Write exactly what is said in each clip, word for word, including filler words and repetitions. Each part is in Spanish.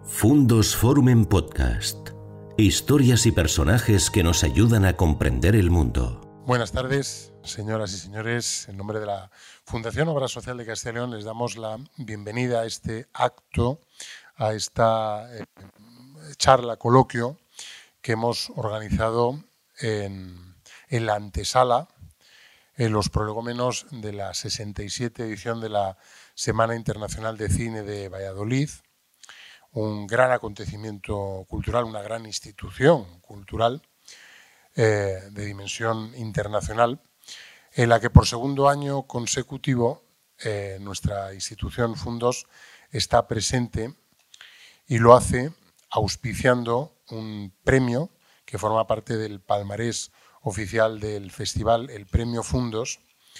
Fundos Forum en Podcast. Historias y personajes que nos ayudan a comprender el mundo. Buenas tardes, señoras y señores. En nombre de la Fundación Obra Social de Castilla y León les damos la bienvenida a este acto, a esta eh, charla, coloquio que hemos organizado en, en la antesala, en los prolegómenos de la sesenta y siete edición de la Semana Internacional de Cine de Valladolid, un gran acontecimiento cultural, una gran institución cultural eh, de dimensión internacional, en la que por segundo año consecutivo eh, nuestra institución Fundos está presente y lo hace auspiciando un premio que forma parte del palmarés oficial del festival, el Premio Fundos,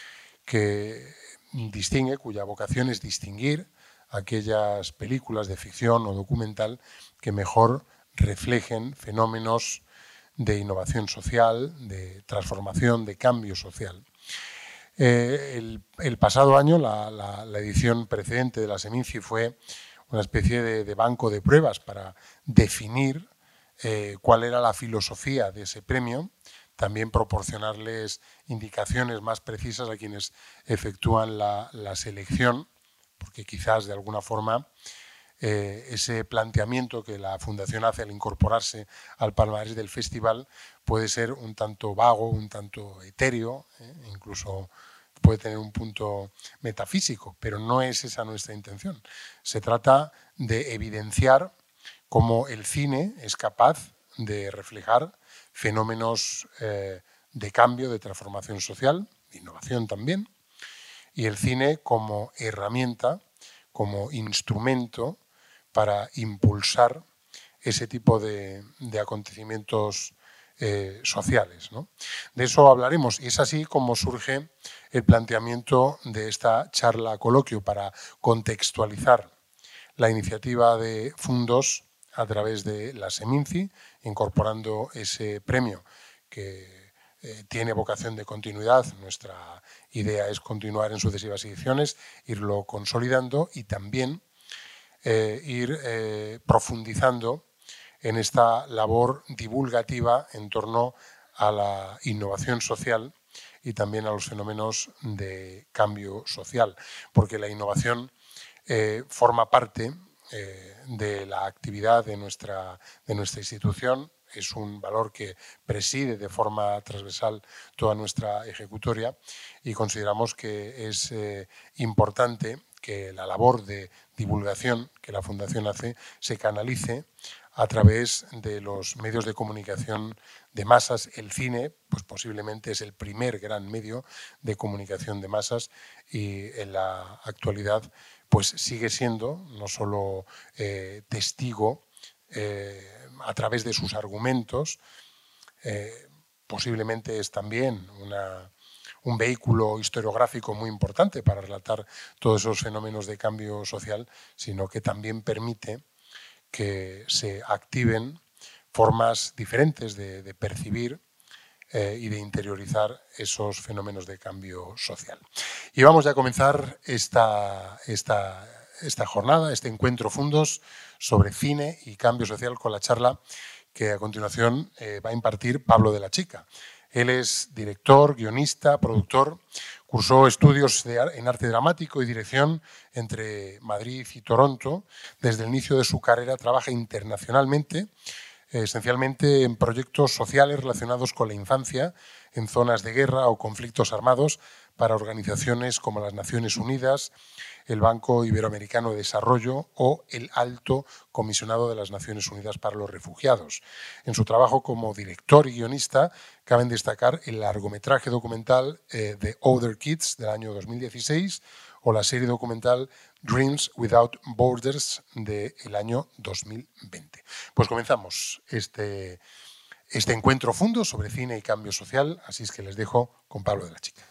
que distingue, cuya vocación es distinguir aquellas películas de ficción o documental que mejor reflejen fenómenos de innovación social, de transformación, de cambio social. Eh, el, el pasado año, la, la, la edición precedente de la Seminci fue una especie de, de banco de pruebas para definir eh, cuál era la filosofía de ese premio, también proporcionarles indicaciones más precisas a quienes efectúan la, la selección, porque quizás de alguna forma eh, ese planteamiento que la Fundación hace al incorporarse al palmarés del festival puede ser un tanto vago, un tanto etéreo, eh, incluso puede tener un punto metafísico, pero no es esa nuestra intención. Se trata de evidenciar cómo el cine es capaz de reflejar fenómenos eh, de cambio, de transformación social, de innovación también, y el cine como herramienta, como instrumento para impulsar ese tipo de, de acontecimientos eh, sociales, ¿no? De eso hablaremos, y es así como surge el planteamiento de esta charla coloquio para contextualizar la iniciativa de Fundos a través de la Seminci, incorporando ese premio que eh, tiene vocación de continuidad. Nuestra idea es continuar en sucesivas ediciones, irlo consolidando y también eh, ir eh, profundizando en esta labor divulgativa en torno a la innovación social y también a los fenómenos de cambio social, porque la innovación eh, forma parte eh, de la actividad de nuestra, de nuestra institución, es un valor que preside de forma transversal toda nuestra ejecutoria y consideramos que es eh, importante que la labor de divulgación que la Fundación hace se canalice a través de los medios de comunicación de masas. El cine, pues posiblemente es el primer gran medio de comunicación de masas y en la actualidad pues sigue siendo no solo eh, testigo eh, a través de sus argumentos, eh, posiblemente es también una, un vehículo historiográfico muy importante para relatar todos esos fenómenos de cambio social, sino que también permite que se activen formas diferentes de, de percibir eh, y de interiorizar esos fenómenos de cambio social. Y vamos ya a comenzar esta, esta, esta jornada, este encuentro Fundos sobre cine y cambio social con la charla que a continuación eh, va a impartir Pablo de la Chica. Él es director, guionista, productor, cursó estudios de, en arte dramático y dirección entre Madrid y Toronto. Desde el inicio de su carrera trabaja internacionalmente, eh, esencialmente en proyectos sociales relacionados con la infancia, en zonas de guerra o conflictos armados, para organizaciones como las Naciones Unidas, el Banco Iberoamericano de Desarrollo o el Alto Comisionado de las Naciones Unidas para los Refugiados. En su trabajo como director y guionista caben destacar el largometraje documental eh, The Other Kids del año dos mil dieciséis o la serie documental Dreams Without Borders del año dos mil veinte. Pues comenzamos este, este encuentro Fundos sobre cine y cambio social, así es que les dejo con Pablo de la Chica.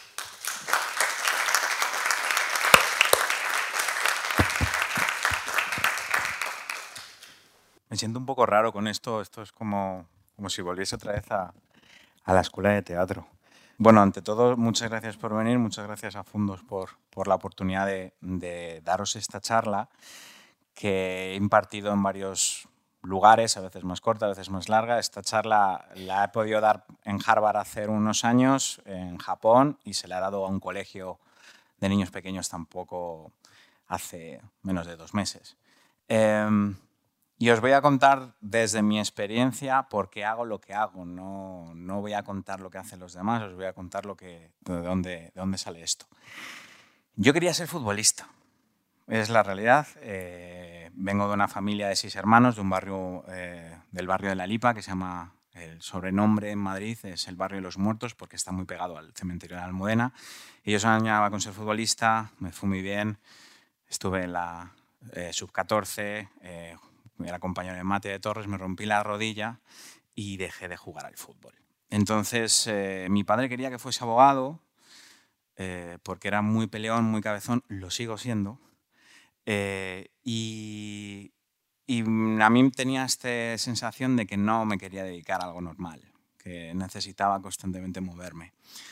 Me siento un poco raro con esto. Esto es como, como si volviese otra vez a, a la escuela de teatro. Bueno, ante todo, muchas gracias por venir. Muchas gracias a Fundos por, por la oportunidad de, de daros esta charla que he impartido en varios lugares, a veces más corta, a veces más larga. Esta charla la he podido dar en Harvard hace unos años, en Japón, y se la he dado a un colegio de niños pequeños tampoco hace menos de dos meses. Eh, y os voy a contar desde mi experiencia por qué hago lo que hago. No, no voy a contar lo que hacen los demás, os voy a contar lo que, de, dónde, de dónde sale esto. Yo quería ser futbolista. Es la realidad. Eh, vengo de una familia de seis hermanos, de un barrio, eh, del barrio de La Lipa, que se llama, el sobrenombre en Madrid es el barrio de los muertos, porque está muy pegado al cementerio de la Almudena. Y yo soñaba con ser futbolista, me fue muy bien. Estuve en la eh, sub catorce, eh, era compañero de Mate de Torres, me rompí la rodilla y dejé de jugar al fútbol. Entonces, eh, mi padre quería que fuese abogado, eh, porque era muy peleón, muy cabezón, lo sigo siendo. Eh, y, y a mí tenía esta sensación de que no me quería dedicar a algo normal, que necesitaba constantemente moverme.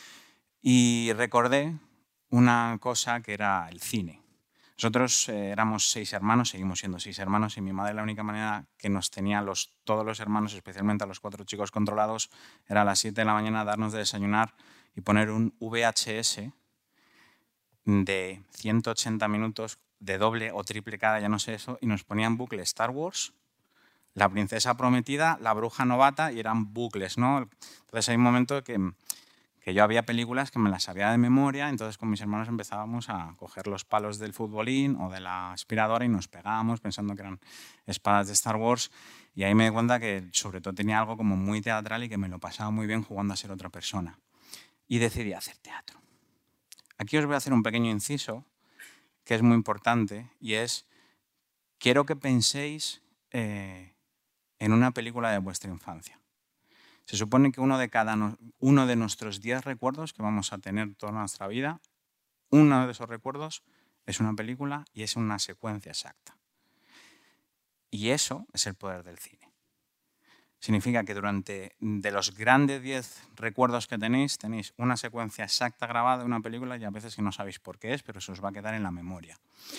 Y recordé una cosa que era el cine. Nosotros eh, éramos seis hermanos, seguimos siendo seis hermanos, y mi madre la única manera que nos tenía los, todos los hermanos, especialmente a los cuatro chicos controlados, era a las siete de la mañana darnos de desayunar y poner un V H S de ciento ochenta minutos de doble o triple cara, ya no sé eso, y nos ponían bucle Star Wars, La princesa prometida, La bruja novata, y eran bucles, ¿no? Entonces hay un momento que, que yo había películas que me las sabía de memoria, entonces con mis hermanos empezábamos a coger los palos del futbolín o de la aspiradora y nos pegábamos pensando que eran espadas de Star Wars, y ahí me di cuenta que sobre todo tenía algo como muy teatral y que me lo pasaba muy bien jugando a ser otra persona. Y decidí hacer teatro. Aquí os voy a hacer un pequeño inciso que es muy importante, y es, quiero que penséis eh, en una película de vuestra infancia. Se supone que uno de, cada no, uno de nuestros diez recuerdos que vamos a tener toda nuestra vida, uno de esos recuerdos es una película y es una secuencia exacta. Y eso es el poder del cine. Significa que durante de los grandes diez recuerdos que tenéis, tenéis una secuencia exacta grabada de una película, y a veces que no sabéis por qué es, pero se os va a quedar en la memoria.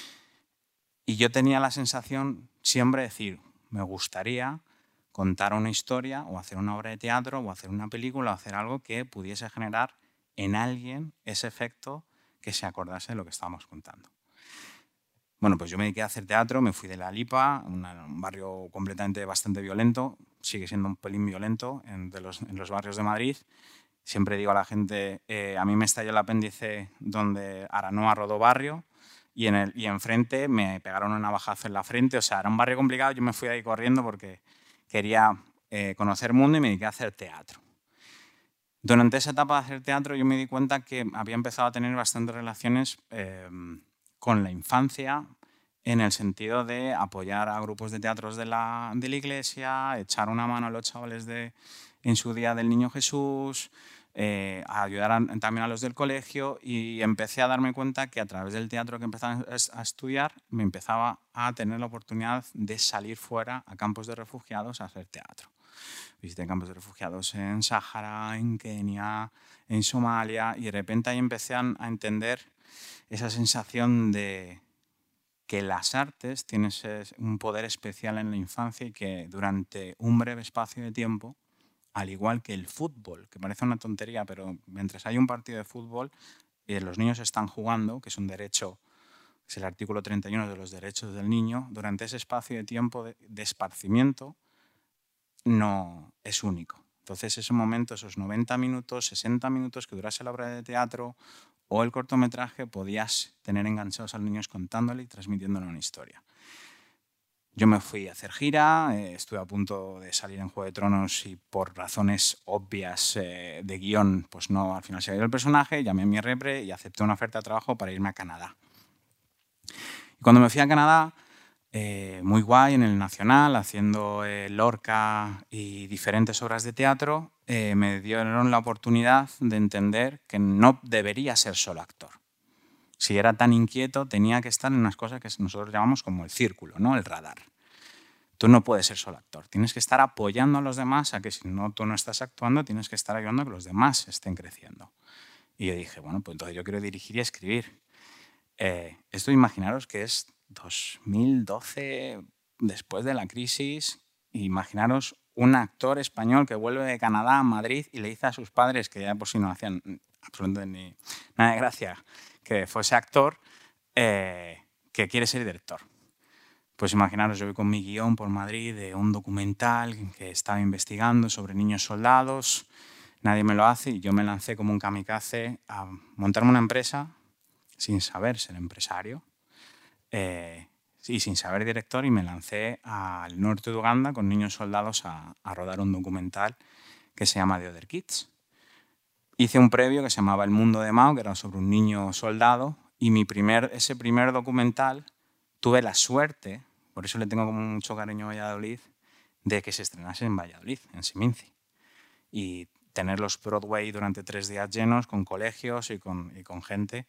Y yo tenía la sensación siempre de decir, me gustaría contar una historia o hacer una obra de teatro o hacer una película o hacer algo que pudiese generar en alguien ese efecto que se acordase de lo que estábamos contando. Bueno, pues yo me dediqué a hacer teatro, me fui de La Lipa, una, un barrio completamente bastante violento, sigue siendo un pelín violento en, de los, en los barrios de Madrid. Siempre digo a la gente, eh, a mí me estalló el apéndice donde Aranoa rodó barrio, y, en el, y enfrente me pegaron un navajazo en la frente. O sea, era un barrio complicado, yo me fui ahí corriendo porque quería eh, conocer el mundo y me dediqué a hacer teatro. Durante esa etapa de hacer teatro yo me di cuenta que había empezado a tener bastantes relaciones eh, con la infancia, en el sentido de apoyar a grupos de teatros de la, de la iglesia, echar una mano a los chavales de, en su día del Niño Jesús, eh, a ayudar a, también a los del colegio, y empecé a darme cuenta que a través del teatro que empezaba a estudiar me empezaba a tener la oportunidad de salir fuera a campos de refugiados a hacer teatro. Visité campos de refugiados en Sáhara, en Kenia, en Somalia, y de repente ahí empecé a, a entender esa sensación de que las artes tienen un poder especial en la infancia y que durante un breve espacio de tiempo, al igual que el fútbol, que parece una tontería, pero mientras hay un partido de fútbol y los niños están jugando, que es un derecho, es el artículo treinta y uno de los derechos del niño, durante ese espacio de tiempo de, de esparcimiento no es único. Entonces, ese momento, esos noventa minutos, sesenta minutos que durase la obra de teatro o el cortometraje, podías tener enganchados a los niños contándole y transmitiéndole una historia. Yo me fui a hacer gira, eh, estuve a punto de salir en Juego de Tronos y por razones obvias eh, de guión, pues no, al final se dio el personaje, llamé a mi repre y acepté una oferta de trabajo para irme a Canadá. Y cuando me fui a Canadá, eh, muy guay, en el Nacional, haciendo eh, Lorca y diferentes obras de teatro, eh, me dieron la oportunidad de entender que no debería ser solo actor. Si era tan inquieto, tenía que estar en unas cosas que nosotros llamamos como el círculo, ¿no? El radar. Tú no puedes ser solo actor, tienes que estar apoyando a los demás a que si no, tú no estás actuando, tienes que estar ayudando a que los demás estén creciendo. Y yo dije, bueno, pues entonces yo quiero dirigir y escribir. Eh, esto imaginaros que es dos mil doce, después de la crisis. Imaginaros un actor español que vuelve de Canadá a Madrid y le dice a sus padres, que ya por si no hacían absolutamente ni nada de gracia que fuese actor, eh, que quiere ser director. Pues imaginaros, yo voy con mi guión por Madrid de un documental que estaba investigando sobre niños soldados, nadie me lo hace y yo me lancé como un kamikaze a montarme una empresa sin saber ser empresario eh, y sin saber director, y me lancé al norte de Uganda con niños soldados a, a rodar un documental que se llama The Other Kids. Hice un previo que se llamaba El Mundo de Mao, que era sobre un niño soldado, y mi primer, ese primer documental tuve la suerte, por eso le tengo como mucho cariño a Valladolid, de que se estrenase en Valladolid, en Siminci. Y tener los Broadway durante tres días llenos con colegios y con, y con gente.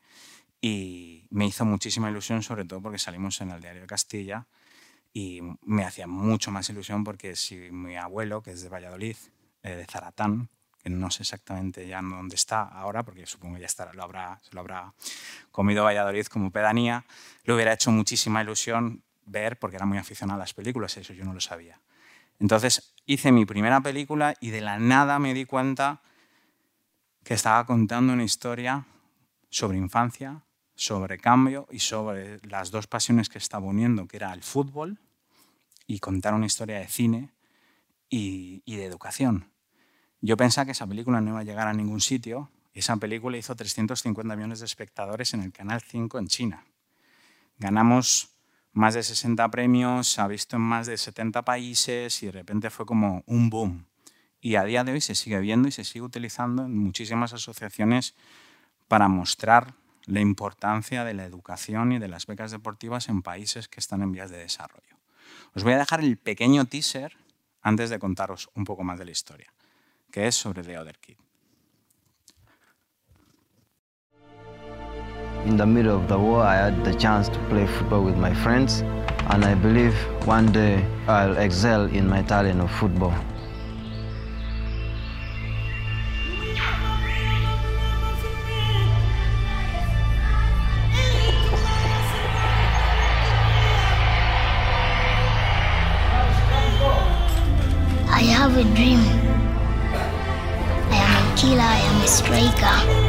Y me hizo muchísima ilusión, sobre todo porque salimos en el Diario de Castilla, y me hacía mucho más ilusión porque si mi abuelo, que es de Valladolid, eh, de Zaratán, que no sé exactamente ya dónde está ahora, porque supongo que ya estará, lo habrá, se lo habrá comido Valladolid como pedanía, le hubiera hecho muchísima ilusión ver, porque era muy aficionado a las películas, eso yo no lo sabía. Entonces hice mi primera película y de la nada me di cuenta que estaba contando una historia sobre infancia, sobre cambio y sobre las dos pasiones que estaba uniendo, que era el fútbol y contar una historia de cine y, y de educación. Yo pensaba que esa película no iba a llegar a ningún sitio. Esa película hizo trescientos cincuenta millones de espectadores en el Canal cinco en China. Ganamos más de sesenta premios, se ha visto en más de setenta países y de repente fue como un boom. Y a día de hoy se sigue viendo y se sigue utilizando en muchísimas asociaciones para mostrar la importancia de la educación y de las becas deportivas en países que están en vías de desarrollo. Os voy a dejar el pequeño teaser antes de contaros un poco más de la historia, que es sobre The Other Kid. In the middle of the war, I had the chance to play football with my friends, and I believe one day I'll excel in my talent of football. I have a dream. I am a killer, I am a striker.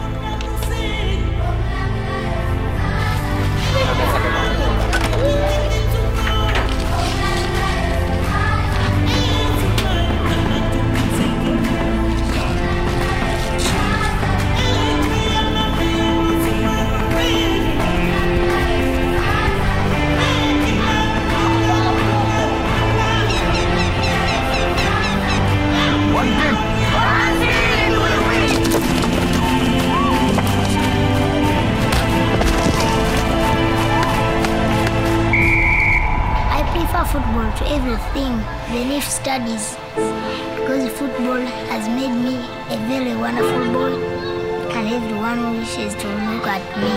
Football to everything, beneath studies, because football has made me a very wonderful boy, and everyone wishes to look at me.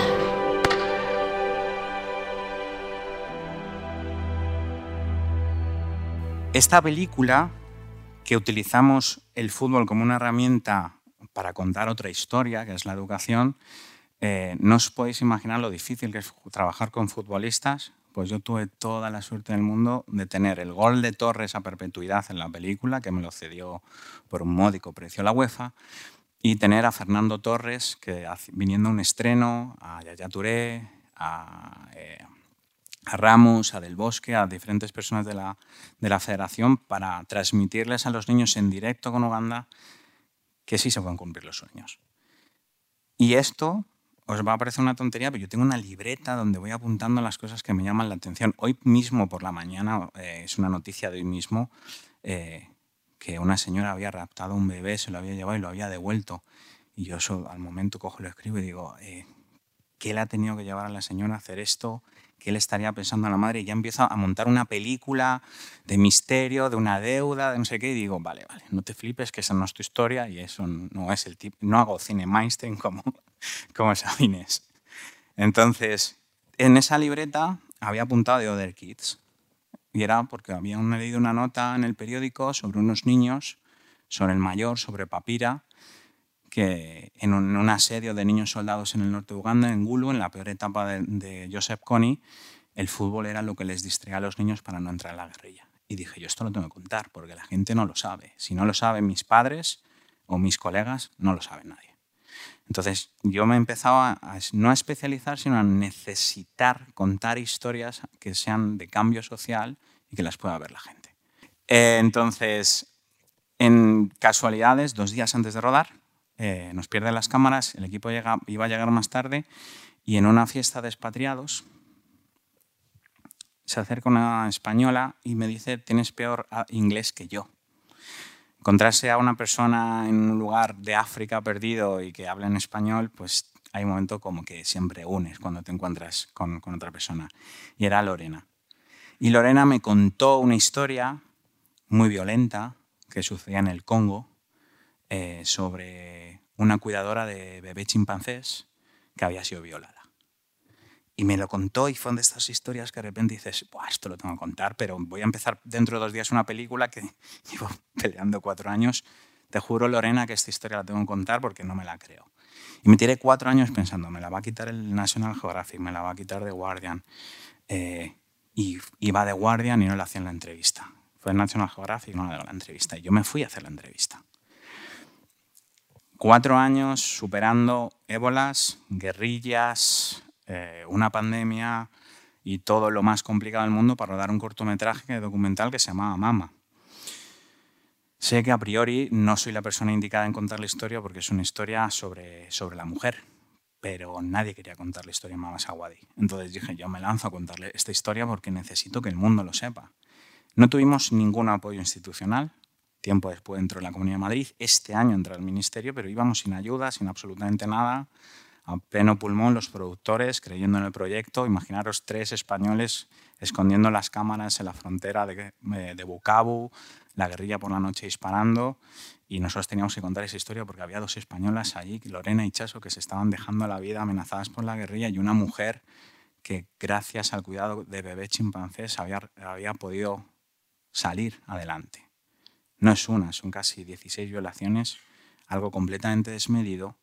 Esta película, que utilizamos el fútbol como una herramienta para contar otra historia, que es la educación, eh, no os podéis imaginar lo difícil que es trabajar con futbolistas. Pues yo tuve toda la suerte del mundo de tener el gol de Torres a perpetuidad en la película, que me lo cedió por un módico precio la UEFA, y tener a Fernando Torres, que viniendo a un estreno, a Yaya Touré, a, eh, a Ramos, a Del Bosque, a diferentes personas de la, de la federación, para transmitirles a los niños en directo con Uganda que sí se pueden cumplir los sueños. Y esto os va a parecer una tontería, pero yo tengo una libreta donde voy apuntando las cosas que me llaman la atención. Hoy mismo por la mañana, eh, es una noticia de hoy mismo, eh, que una señora había raptado a un bebé, se lo había llevado y lo había devuelto. Y yo eso, al momento cojo y lo escribo y digo, eh, ¿qué le ha tenido que llevar a la señora a hacer esto? ¿Qué le estaría pensando a la madre? Y ya empiezo a montar una película de misterio, de una deuda, de no sé qué, y digo, vale, vale, no te flipes, que esa no es tu historia y eso no es el tipo, no hago cine Mainstream como... como Sabines. Entonces, en esa libreta había apuntado The Other Kids. Y era porque había leído una nota en el periódico sobre unos niños, sobre el mayor, sobre Papira, que en un, en un asedio de niños soldados en el norte de Uganda, en Gulu, en la peor etapa de, de Joseph Kony, el fútbol era lo que les distraía a los niños para no entrar en la guerrilla. Y dije, yo esto lo tengo que contar porque la gente no lo sabe. Si no lo saben mis padres o mis colegas, no lo sabe nadie. Entonces yo me empezaba a, no a especializar, sino a necesitar contar historias que sean de cambio social y que las pueda ver la gente. Eh, entonces, en casualidades, dos días antes de rodar, eh, nos pierden las cámaras, el equipo llega, iba a llegar más tarde y en una fiesta de expatriados se acerca una española y me dice, tienes peor inglés que yo. Encontrarse a una persona en un lugar de África perdido y que habla en español, pues hay un momento como que siempre unes cuando te encuentras con, con otra persona. Y era Lorena. Y Lorena me contó una historia muy violenta que sucedía en el Congo eh, sobre una cuidadora de bebés chimpancés que había sido violada. Y me lo contó y fue una de estas historias que de repente dices, Buah, esto lo tengo que contar, pero voy a empezar dentro de dos días una película que llevo peleando cuatro años. Te juro, Lorena, que esta historia la tengo que contar porque no me la creo. Y me tiré cuatro años pensando, me la va a quitar el National Geographic, me la va a quitar The Guardian. Eh, y iba The Guardian y no le hacían la entrevista. Fue el National Geographic y no le dio la entrevista. Y yo me fui a hacer la entrevista. Cuatro años superando ébolas, guerrillas, eh, una pandemia y todo lo más complicado del mundo para rodar un cortometraje documental que se llamaba Mama. Sé que a priori no soy la persona indicada en contar la historia porque es una historia sobre, sobre la mujer, pero nadie quería contar la historia de Mama Sawadi. Entonces dije, yo me lanzo a contarle esta historia porque necesito que el mundo lo sepa. No tuvimos ningún apoyo institucional. Tiempo después entró en la Comunidad de Madrid. Este año entró al Ministerio, pero íbamos sin ayuda, sin absolutamente nada. A pleno pulmón los productores creyendo en el proyecto. Imaginaros tres españoles escondiendo las cámaras en la frontera de, de Bukavu, la guerrilla por la noche disparando, y nosotros teníamos que contar esa historia porque había dos españolas allí, Lorena y Chaso, que se estaban dejando la vida amenazadas por la guerrilla, y una mujer que gracias al cuidado de bebés chimpancés había, había podido salir adelante. No es una, son casi dieciséis violaciones, algo completamente desmedido.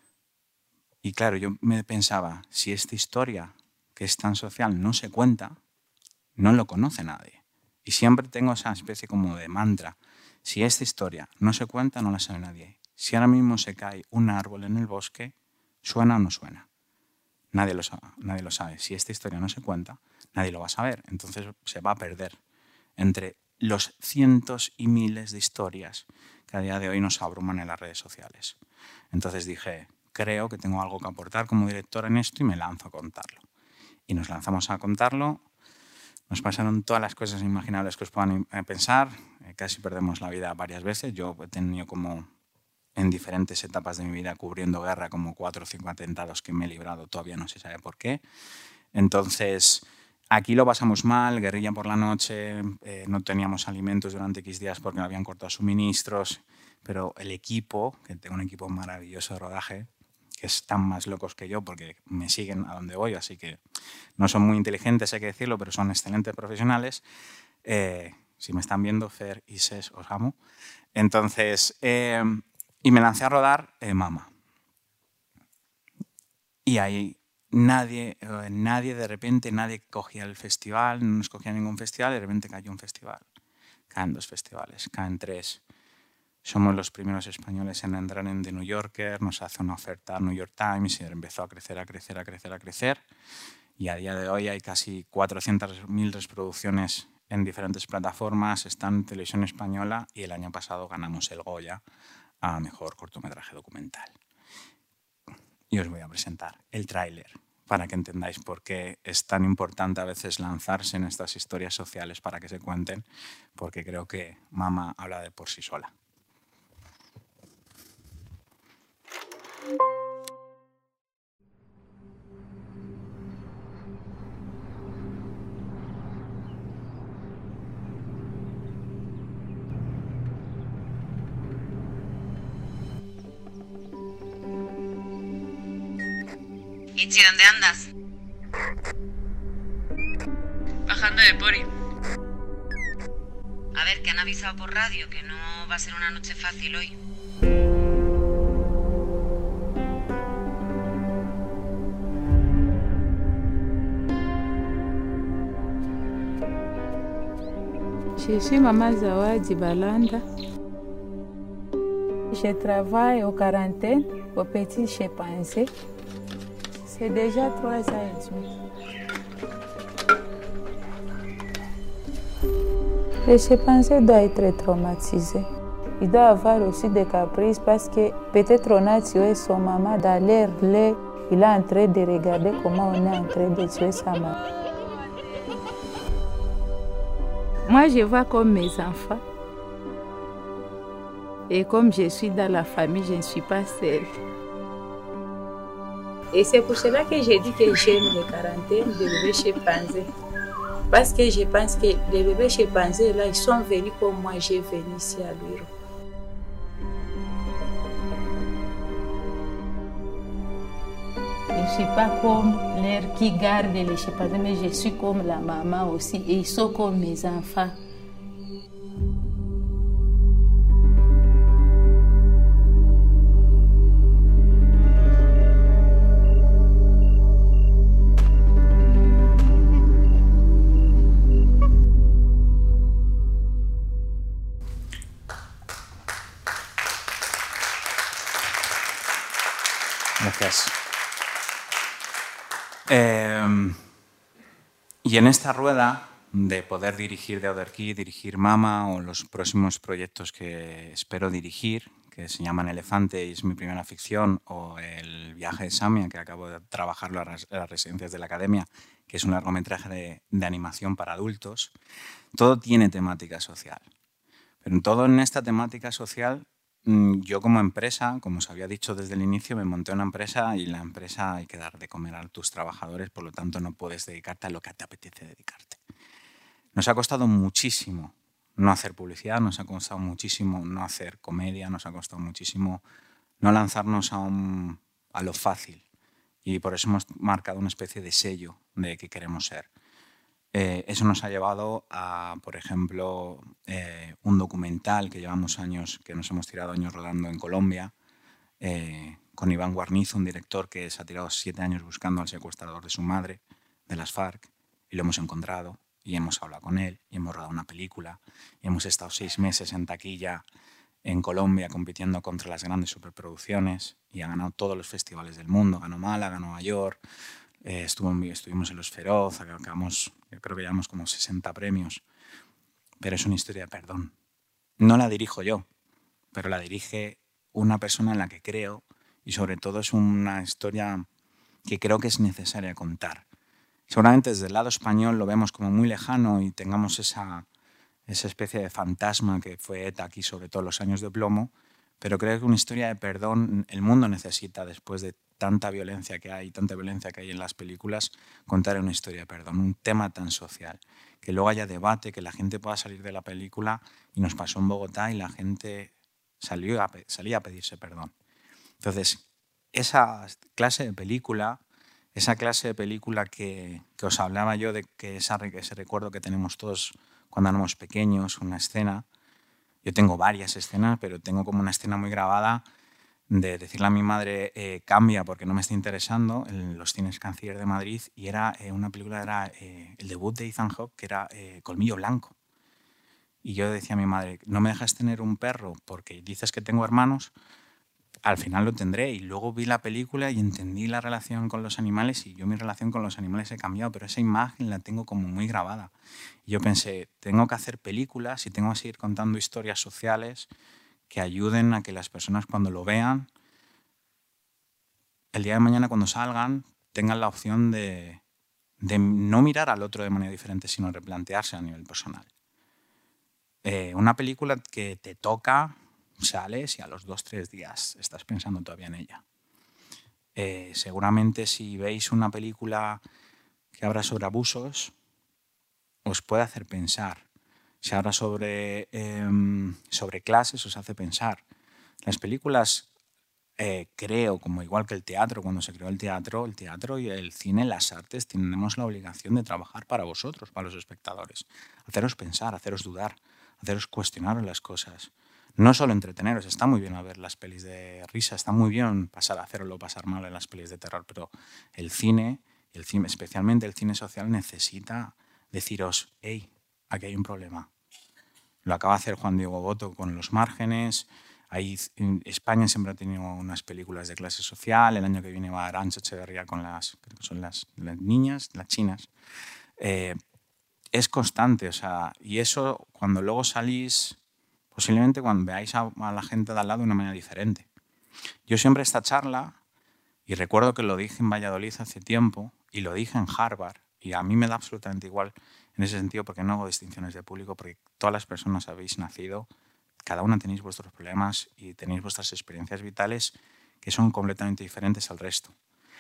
Y claro, yo me pensaba, si esta historia, que es tan social, no se cuenta, no lo conoce nadie. Y siempre tengo esa especie como de mantra. Si esta historia no se cuenta, no la sabe nadie. Si ahora mismo se cae un árbol en el bosque, ¿suena o no suena? Nadie lo sabe. Nadie lo sabe. Si esta historia no se cuenta, nadie lo va a saber. Entonces se va a perder entre los cientos y miles de historias que a día de hoy nos abruman en las redes sociales. Entonces dije, creo que tengo algo que aportar como director en esto y me lanzo a contarlo. Y nos lanzamos a contarlo. Nos pasaron todas las cosas inimaginables que os puedan pensar. Eh, casi perdemos la vida varias veces. Yo he tenido como en diferentes etapas de mi vida cubriendo guerra como cuatro o cinco atentados que me he librado. Todavía no se sabe por qué. Entonces, aquí lo pasamos mal. Guerrilla por la noche. Eh, no teníamos alimentos durante X días porque me habían cortado suministros. Pero el equipo, que tengo un equipo maravilloso de rodaje, que están más locos que yo porque me siguen a donde voy, así que no son muy inteligentes, hay que decirlo, pero son excelentes profesionales. Eh, si me están viendo, Fer y Ses, os amo. Entonces, eh, y me lancé a rodar eh, Mama. Y ahí nadie, eh, nadie de repente, nadie cogía el festival, no nos cogía ningún festival, de repente cayó un festival. Caen dos festivales, caen tres. Somos los primeros españoles en entrar en The New Yorker, nos hace una oferta New York Times y empezó a crecer, a crecer, a crecer, a crecer. Y a día de hoy hay casi cuatrocientas mil reproducciones en diferentes plataformas, está en Televisión Española y el año pasado ganamos el Goya a Mejor Cortometraje Documental. Y os voy a presentar el tráiler para que entendáis por qué es tan importante a veces lanzarse en estas historias sociales para que se cuenten, porque creo que Mama habla de por sí sola. Ichi, ¿dónde andas? Bajando de Pori. A ver, que han avisado por radio que no va a ser una noche fácil hoy. Je suis Maman Zawadi Balanda. Je travaille aux quarantaines au Petit Chimpanzé. C'est déjà trois ans et demi. Le chimpanzé doit être traumatisé. Il doit avoir aussi des caprices parce que peut-être on a tué son maman dans l'air lait. Il est en train de regarder comment on est en train de tuer sa maman. Moi, je vois comme mes enfants. Et comme je suis dans la famille, je ne suis pas seule. Et c'est pour cela que j'ai dit que j'aime les quarantaines de bébés chimpanzés. Parce que je pense que les bébés chimpanzés, là, ils sont venus comme moi, j'ai venu ici à Luiro. Je ne suis pas comme l'air qui garde les chimpanzés, mais je suis comme la maman aussi. Et ils sont comme mes enfants. Gracias. Eh, y en esta rueda de poder dirigir de Auderquí, dirigir Mama o los próximos proyectos que espero dirigir, que se llaman Elefante y es mi primera ficción, o El viaje de Samia, que acabo de trabajarlo a las residencias de la Academia, que es un largometraje de, de animación para adultos, todo tiene temática social. Pero en todo en esta temática social, yo como empresa, como os había dicho desde el inicio, me monté una empresa y la empresa hay que dar de comer a tus trabajadores, por lo tanto no puedes dedicarte a lo que te apetece dedicarte. Nos ha costado muchísimo no hacer publicidad, nos ha costado muchísimo no hacer comedia, nos ha costado muchísimo no lanzarnos a, un, a lo fácil y por eso hemos marcado una especie de sello de qué queremos ser. Eh, eso nos ha llevado a, por ejemplo, eh, un documental que llevamos años, que nos hemos tirado años rodando en Colombia, eh, con Iván Guarnizo, un director que se ha tirado siete años buscando al secuestrador de su madre, de las FARC, y lo hemos encontrado, y hemos hablado con él, y hemos rodado una película, y hemos estado seis meses en taquilla en Colombia compitiendo contra las grandes superproducciones, y ha ganado todos los festivales del mundo, ganó Málaga, Nueva York. Eh, estuvo, estuvimos en Los Feroz, acabamos, yo creo que llevamos como sesenta premios, pero es una historia de perdón. No la dirijo yo, pero la dirige una persona en la que creo y sobre todo es una historia que creo que es necesaria contar. Seguramente desde el lado español lo vemos como muy lejano y tengamos esa, esa especie de fantasma que fue ETA aquí sobre todo los años de plomo, pero creo que una historia de perdón el mundo necesita después de tanta violencia que hay, tanta violencia que hay en las películas, contar una historia de perdón, un tema tan social, que luego haya debate, que la gente pueda salir de la película y nos pasó en Bogotá y la gente salió a, salía a pedirse perdón. Entonces, esa clase de película, esa clase de película que, que os hablaba yo de que esa, ese recuerdo que tenemos todos cuando éramos pequeños, una escena, yo tengo varias escenas, pero tengo como una escena muy grabada de decirle a mi madre eh, cambia porque no me está interesando en los cines Canciller de Madrid y era eh, una película, era eh, el debut de Ethan Hawke, que era eh, Colmillo Blanco. Y yo decía a mi madre, no me dejas tener un perro porque dices que tengo hermanos, al final lo tendré. Y luego vi la película y entendí la relación con los animales y yo mi relación con los animales he cambiado, pero esa imagen la tengo como muy grabada. Y yo pensé, tengo que hacer películas y tengo que seguir contando historias sociales que ayuden a que las personas cuando lo vean, el día de mañana cuando salgan, tengan la opción de, de no mirar al otro de manera diferente, sino replantearse a nivel personal. Eh, una película que te toca, sales y a los dos, tres días estás pensando todavía en ella. Eh, seguramente si veis una película que habla sobre abusos, os puede hacer pensar. Si habla sobre, eh, sobre clases, os hace pensar. Las películas, eh, creo, como igual que el teatro, cuando se creó el teatro, el teatro y el cine, las artes, tenemos la obligación de trabajar para vosotros, para los espectadores. Haceros pensar, haceros dudar, haceros cuestionar las cosas. No solo entreteneros, está muy bien a ver las pelis de risa, está muy bien pasar, hacerlo pasar mal en las pelis de terror, pero el cine, el cine, especialmente el cine social, necesita deciros, hey, aquí hay un problema. Lo acaba de hacer Juan Diego Boto con Los Márgenes. Ahí, España siempre ha tenido unas películas de clase social. El año que viene va a Arantxa Echeverría con las, creo que son las, las niñas, las chinas. Eh, es constante, o sea, y eso cuando luego salís, posiblemente cuando veáis a, a la gente de al lado de una manera diferente. Yo siempre esta charla, y recuerdo que lo dije en Valladolid hace tiempo, y lo dije en Harvard, y a mí me da absolutamente igual en ese sentido porque no hago distinciones de público, porque todas las personas habéis nacido, cada una tenéis vuestros problemas y tenéis vuestras experiencias vitales que son completamente diferentes al resto.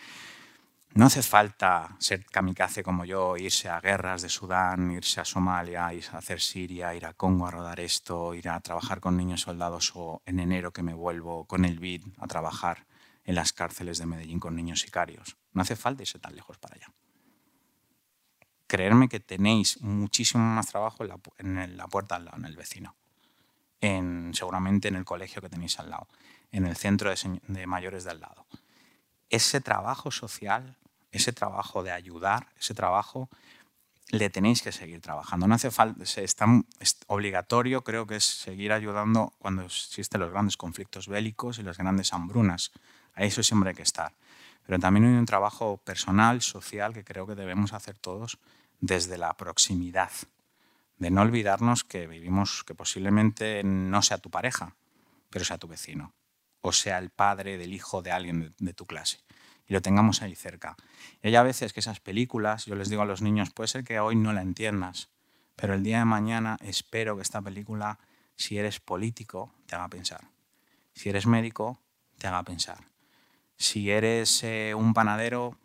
No hace falta ser kamikaze como yo, irse a guerras de Sudán, irse a Somalia, ir a hacer Siria, ir a Congo a rodar esto, ir a trabajar con niños soldados o en enero que me vuelvo con el B I D a trabajar en las cárceles de Medellín con niños sicarios. No hace falta irse tan lejos para allá. Creerme que tenéis muchísimo más trabajo en la, en la puerta al lado, en el vecino. En, seguramente en el colegio que tenéis al lado, en el centro de, de mayores de al lado. Ese trabajo social, ese trabajo de ayudar, ese trabajo le tenéis que seguir trabajando. No hace falta, es, tan, es obligatorio, creo que es seguir ayudando cuando existen los grandes conflictos bélicos y las grandes hambrunas. A eso siempre hay que estar. Pero también hay un trabajo personal, social, que creo que debemos hacer todos desde la proximidad. De no olvidarnos que vivimos, que posiblemente no sea tu pareja, pero sea tu vecino. O sea el padre del hijo de alguien de, de tu clase. Y lo tengamos ahí cerca. Y hay a veces que esas películas, yo les digo a los niños, puede ser que hoy no la entiendas, pero el día de mañana espero que esta película, si eres político, te haga pensar. Si eres médico, te haga pensar. Si eres eh, un panadero,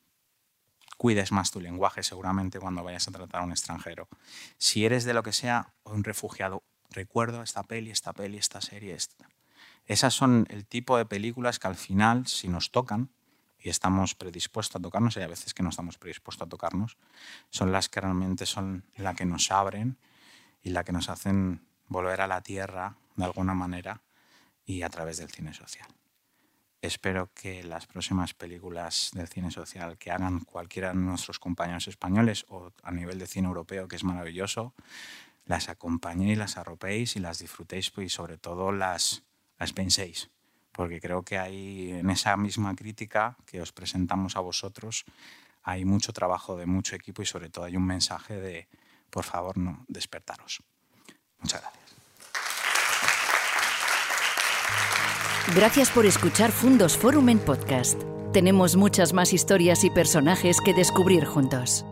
cuides más tu lenguaje seguramente cuando vayas a tratar a un extranjero. Si eres de lo que sea, un refugiado, recuerdo esta peli, esta peli, esta serie, esta. Esas son el tipo de películas que al final, si nos tocan, y estamos predispuestos a tocarnos, y hay veces que no estamos predispuestos a tocarnos, son las que realmente son la que nos abren y la que nos hacen volver a la tierra de alguna manera y a través del cine social. Espero que las próximas películas del cine social que hagan cualquiera de nuestros compañeros españoles o a nivel de cine europeo, que es maravilloso, las acompañéis, las arropéis y las disfrutéis y sobre todo las, las penséis. Porque creo que hay en esa misma crítica que os presentamos a vosotros hay mucho trabajo de mucho equipo y sobre todo hay un mensaje de, por favor, no, despertaros. Muchas gracias. Gracias por escuchar Fundos Forum en podcast. Tenemos muchas más historias y personajes que descubrir juntos.